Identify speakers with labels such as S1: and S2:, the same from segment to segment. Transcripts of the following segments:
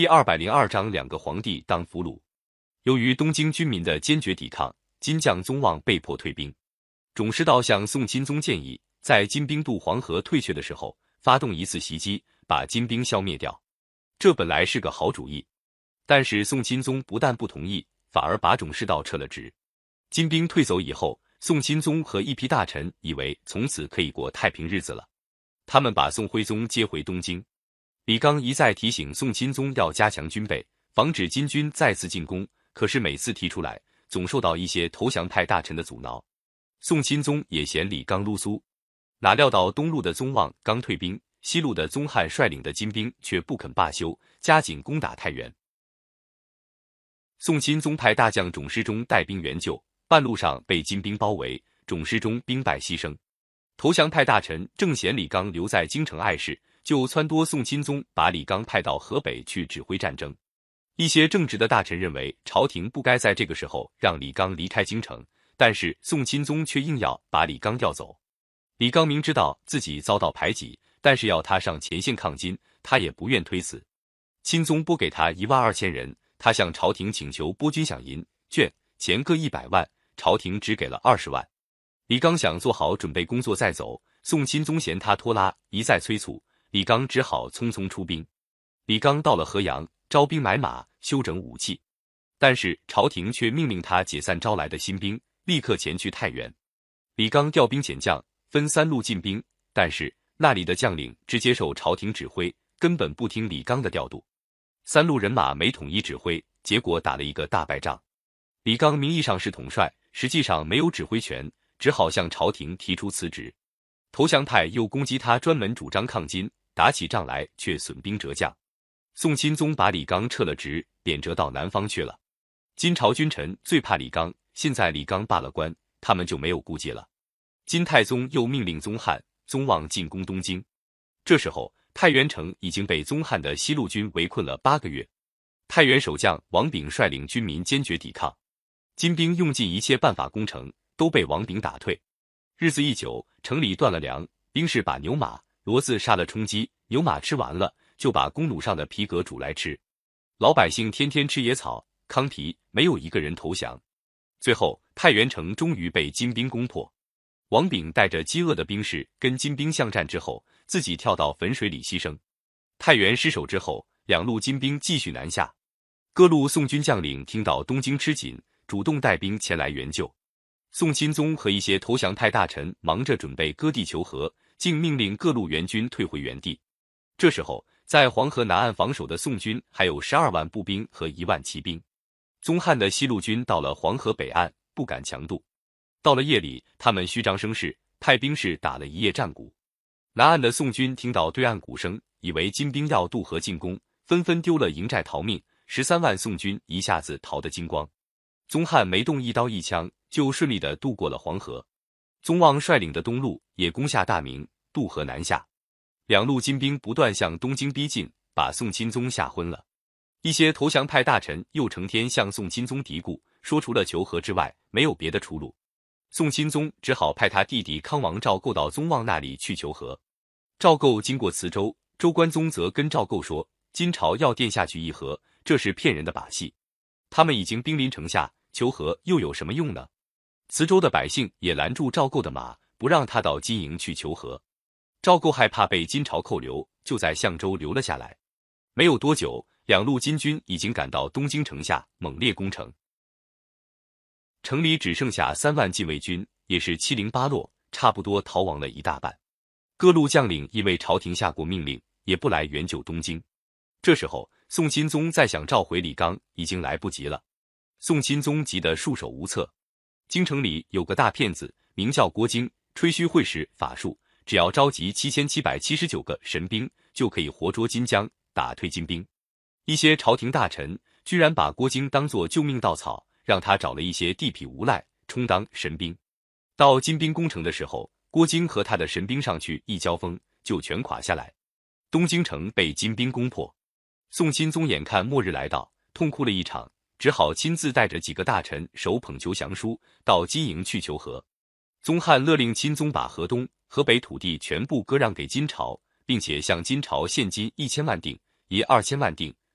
S1: 第202章两个皇帝当俘虏。由于东京军民的坚决抵抗，金将宗望被迫退兵。种师道向宋钦宗建议，在金兵渡黄河退却的时候，发动一次袭击，把金兵消灭掉。这本来是个好主意，但是宋钦宗不但不同意，反而把种师道撤了职。金兵退走以后，宋钦宗和一批大臣以为从此可以过太平日子了，他们把宋徽宗接回东京。李纲一再提醒宋钦宗要加强军备，防止金军再次进攻，可是每次提出来，总受到一些投降派大臣的阻挠。宋钦宗也嫌李纲啰嗦，哪料到东路的宗望刚退兵，西路的宗翰率领的金兵却不肯罢休，加紧攻打太原。宋钦宗派大将种师中带兵援救，半路上被金兵包围，种师中兵败牺牲。投降派大臣正嫌李纲留在京城碍事，就撺掇宋钦宗把李纲派到河北去指挥战争。一些正直的大臣认为朝廷不该在这个时候让李纲离开京城，但是宋钦宗却硬要把李纲调走。李纲明知道自己遭到排挤，但是要他上前线抗金，他也不愿推辞。钦宗拨给他12000人，他向朝廷请求拨军饷银、券、钱各100万，朝廷只给了20万。李纲想做好准备工作再走，宋钦宗嫌他拖拉，一再催促，李纲只好匆匆出兵。李纲到了河阳，招兵买马，修整武器，但是朝廷却命令他解散招来的新兵，立刻前去太原。李纲调兵遣将，分3路进兵，但是那里的将领只接受朝廷指挥，根本不听李纲的调度。3路人马没统一指挥，结果打了一个大败仗。李纲名义上是统帅，实际上没有指挥权，只好向朝廷提出辞职。投降派又攻击他专门主张抗金，打起仗来却损兵折将。宋钦宗把李纲撤了职，贬谪到南方去了。金朝君臣最怕李纲，现在李纲罢了官，他们就没有顾忌了。金太宗又命令宗翰、宗望进攻东京。这时候太原城已经被宗翰的西路军围困了8个月。太原守将王炳率领军民坚决抵抗，金兵用尽一切办法攻城，都被王炳打退。日子一久，城里断了粮，兵士把牛马、骡子杀了充饥，牛马吃完了，就把弓弩上的皮革煮来吃。老百姓天天吃野草、糠皮，没有一个人投降。最后太原城终于被金兵攻破。王炳带着饥饿的兵士跟金兵相战之后，自己跳到汾水里牺牲。太原失守之后，2路金兵继续南下。各路宋军将领听到东京吃紧，主动带兵前来援救。宋钦宗和一些投降派大臣忙着准备割地求和，竟命令各路援军退回原地。这时候在黄河南岸防守的宋军还有12万步兵和1万骑兵。宗翰的西路军到了黄河北岸，不敢强渡。到了夜里，他们虚张声势，派兵士打了一夜战鼓。南岸的宋军听到对岸鼓声，以为金兵要渡河进攻，纷纷丢了营寨逃命，13万宋军一下子逃得精光。宗翰没动一刀一枪，就顺利地渡过了黄河。宗望率领的东路也攻下大名，渡河南下。2路金兵不断向东京逼近，把宋钦宗吓昏了。一些投降派大臣又成天向宋钦宗嘀咕，说除了求和之外，没有别的出路。宋钦宗只好派他弟弟康王赵构到宗望那里去求和。赵构经过磁州，周关宗则跟赵构说，金朝要殿下去议和，这是骗人的把戏。他们已经兵临城下，求和又有什么用呢？磁州的百姓也拦住赵构的马，不让他到金营去求和。赵构害怕被金朝扣留，就在相州留了下来。没有多久，2路金军已经赶到东京城下，猛烈攻城。城里只剩下3万禁卫军，也是七零八落，差不多逃亡了一大半。各路将领因为朝廷下过命令，也不来援救东京。这时候宋钦宗再想召回李纲，已经来不及了。宋钦宗急得束手无策。京城里有个大骗子，名叫郭京，吹嘘会使法术，只要召集7779个神兵，就可以活捉金将，打退金兵。一些朝廷大臣居然把郭京当作救命稻草，让他找了一些地痞无赖充当神兵。到金兵攻城的时候，郭京和他的神兵上去一交锋，就全垮下来。东京城被金兵攻破。宋钦宗眼看末日来到，痛哭了一场，只好亲自带着几个大臣手捧求降书到金营去求和。宗翰勒令钦宗把河东、河北土地全部割让给金朝，并且向金朝现金1000万锭，银2000万锭，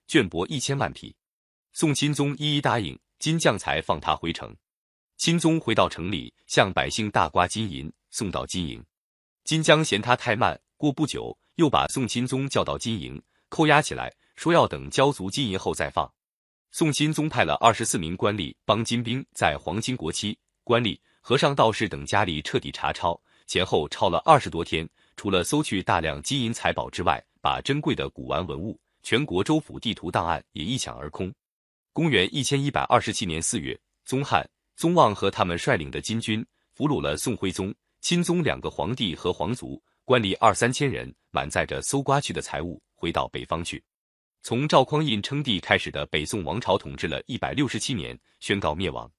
S1: 绢帛1000万匹。宋钦宗一一答应，金将才放他回城。钦宗回到城里，向百姓大刮金银，送到金营。金将嫌他太慢，过不久又把宋钦宗叫到金营，扣押起来，说要等交足金银后再放。宋钦宗派了24名官吏帮金兵在皇亲国戚、官吏、和尚、道士等家里彻底查抄，前后抄了20多天，除了搜去大量金银财宝之外，把珍贵的古玩文物、全国州府地图档案也一抢而空。公元1127年4月，宗翰、宗望和他们率领的金军俘虏了宋徽宗、钦宗2个皇帝和皇族，官吏2、3千人，满载着搜刮去的财物回到北方去。从赵匡胤称帝开始的北宋王朝统治了167年，宣告灭亡。